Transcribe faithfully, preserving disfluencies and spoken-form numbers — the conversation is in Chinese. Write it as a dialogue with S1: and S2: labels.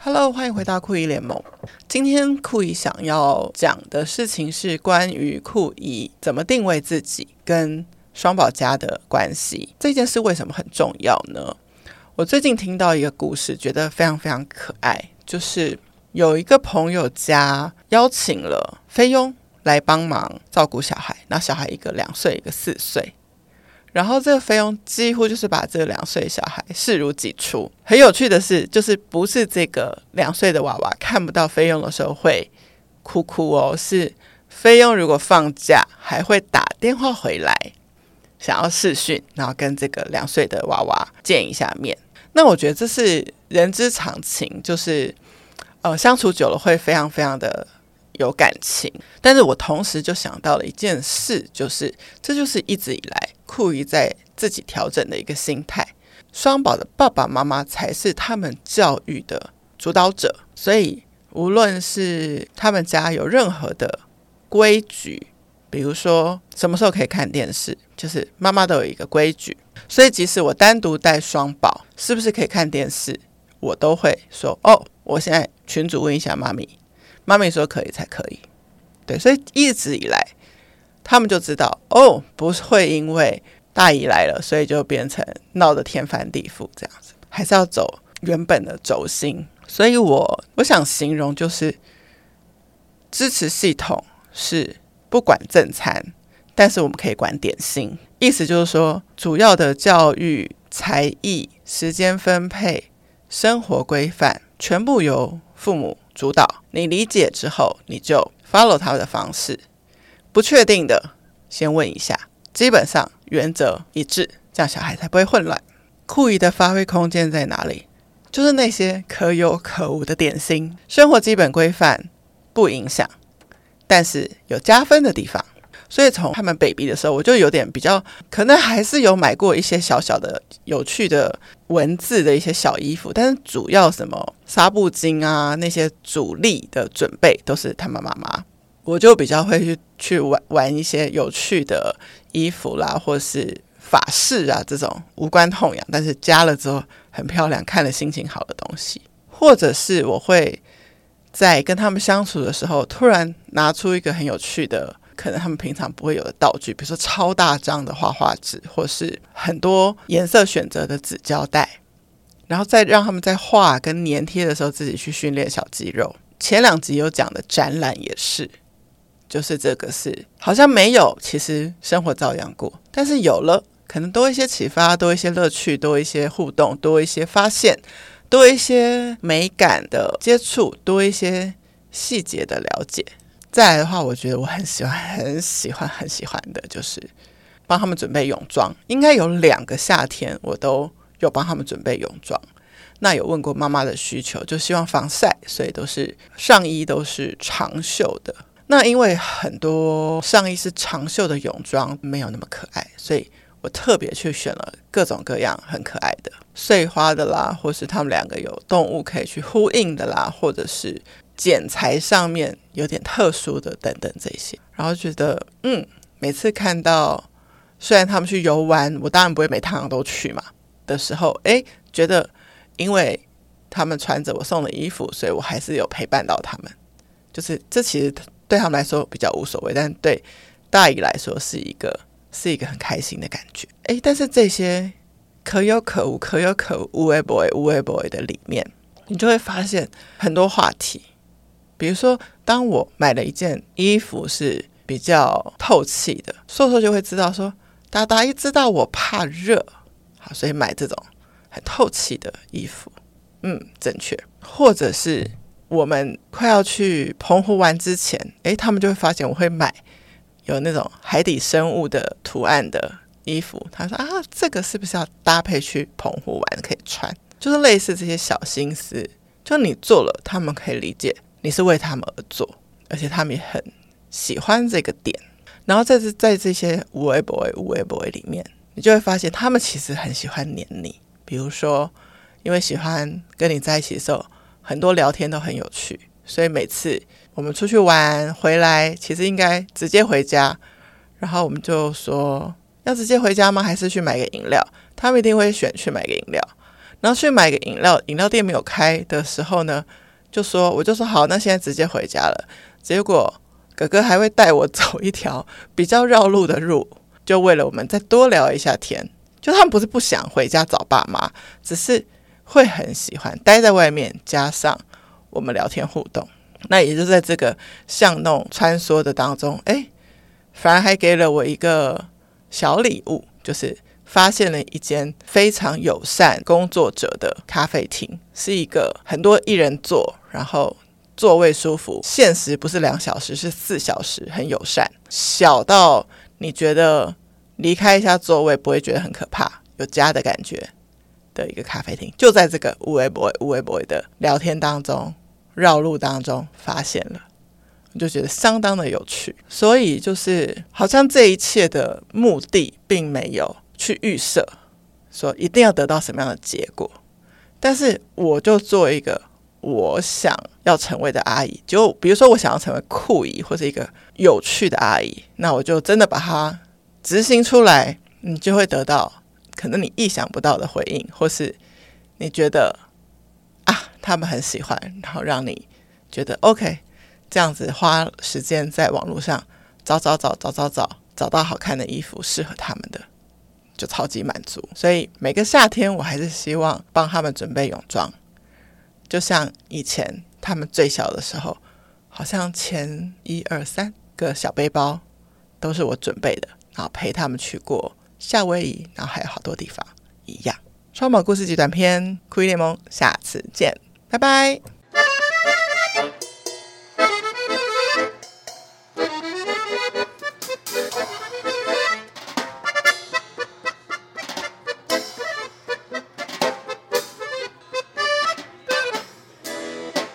S1: Hello， 欢迎回到酷姨联盟。今天酷姨想要讲的事情是关于酷姨怎么定位自己跟双宝家的关系。这件事为什么很重要呢？我最近听到一个故事，觉得非常非常可爱，就是有一个朋友家邀请了菲佣来帮忙照顾小孩，然后小孩一个两岁，一个四岁。然后这个菲佣几乎就是把这个两岁小孩视如己出。很有趣的是，就是不是这个两岁的娃娃看不到菲佣的时候会哭哭哦，是菲佣如果放假还会打电话回来，想要视讯，然后跟这个两岁的娃娃见一下面。那我觉得这是人之常情，就是呃相处久了会非常非常的有感情。但是我同时就想到了一件事，就是这就是一直以来酷姨在自己调整的一个心态，双宝的爸爸妈妈才是他们教育的主导者，所以无论是他们家有任何的规矩，比如说什么时候可以看电视，就是妈妈都有一个规矩，所以即使我单独带双宝是不是可以看电视，我都会说哦，我现在群组问一下妈咪，妈咪说可以才可以。对，所以一直以来他们就知道哦，不会因为大姨来了所以就变成闹得天翻地覆这样子，还是要走原本的轴心。所以我我想形容就是支持系统是不管正餐，但是我们可以管点心。意思就是说，主要的教育、才艺、时间分配、生活规范全部由父母主导，你理解之后你就 follow 他的方式，不确定的先问一下，基本上原则一致，这样小孩才不会混乱。酷姨的发挥空间在哪里？就是那些可有可无的点心，生活基本规范不影响，但是有加分的地方。所以从他们 baby 的时候，我就有点比较，可能还是有买过一些小小的有趣的文字的一些小衣服，但是主要什么纱布巾啊，那些主力的准备都是他们妈妈。我就比较会去去 玩, 玩一些有趣的衣服啦，或是法式啊这种无关痛痒，但是加了之后很漂亮，看了心情好的东西。或者是我会在跟他们相处的时候，突然拿出一个很有趣的，可能他们平常不会有的道具，比如说超大张的画画纸，或是很多颜色选择的纸胶带，然后再让他们在画跟粘贴的时候自己去训练小肌肉。前两集有讲的展览也是，就是这个是好像没有，其实生活照样过，但是有了可能多一些启发，多一些乐趣，多一些互动，多一些发现，多一些美感的接触，多一些细节的了解。再来的话，我觉得我很喜欢很喜欢很喜欢的就是帮他们准备泳装。应该有两个夏天我都有帮他们准备泳装，那有问过妈妈的需求，就希望防晒，所以都是上衣都是长袖的。那因为很多上衣是长袖的泳装没有那么可爱，所以我特别去选了各种各样很可爱的碎花的啦，或是他们两个有动物可以去呼应的啦，或者是剪裁上面有点特殊的等等这些。然后觉得嗯，每次看到虽然他们去游玩，我当然不会每趟都去嘛的时候，诶，觉得因为他们穿着我送的衣服，所以我还是有陪伴到他们。就是这其实对他们来说比较无所谓，但对大姨来说是一个是一个很开心的感觉。诶，但是这些可有可无可有可无无为 boy 无为 boy 的里面，你就会发现很多话题。比如说当我买了一件衣服是比较透气的，瘦瘦就会知道说达达一知道我怕热，好，所以买这种很透气的衣服，嗯，正确。或者是我们快要去澎湖玩之前，诶，他们就会发现我会买有那种海底生物的图案的衣服，他说啊，这个是不是要搭配去澎湖玩可以穿？就是类似这些小心思，就你做了，他们可以理解你是为他们而做，而且他们也很喜欢这个点。然后在这在这些无为 boy 无为 boy 里面，你就会发现他们其实很喜欢黏你。比如说因为喜欢跟你在一起的时候很多聊天都很有趣，所以每次我们出去玩回来，其实应该直接回家，然后我们就说要直接回家吗？还是去买个饮料？他们一定会选去买个饮料。 然后去买个饮料，饮料店没有开的时候呢，就说我就说好，那现在直接回家了。结果哥哥还会带我走一条比较绕路的路，就为了我们再多聊一下天。就他们不是不想回家找爸妈，只是会很喜欢待在外面，加上我们聊天互动。那也就在这个巷弄穿梭的当中，哎，反而还给了我一个小礼物，就是发现了一间非常友善工作者的咖啡厅，是一个很多一人座，然后座位舒服，限时不是两小时，是四小时，很友善，小到你觉得离开一下座位不会觉得很可怕，有家的感觉的一个咖啡厅，就在这个有的没的有的没的聊天当中，绕路当中发现了，我就觉得相当的有趣。所以就是好像这一切的目的并没有去预设说一定要得到什么样的结果，但是我就做一个我想要成为的阿姨，就比如说我想要成为酷姨或者一个有趣的阿姨，那我就真的把它执行出来，你就会得到可能你意想不到的回应，或是你觉得啊他们很喜欢，然后让你觉得 OK， 这样子花时间在网络上找找找找找找找到好看的衣服适合他们的，就超级满足。所以每个夏天我还是希望帮他们准备泳装，就像以前他们最小的时候，好像前一二三个小背包都是我准备的，然后陪他们去过夏威夷，然后还有好多地方一样。双宝故事集短篇酷姨联盟，下次见，拜拜。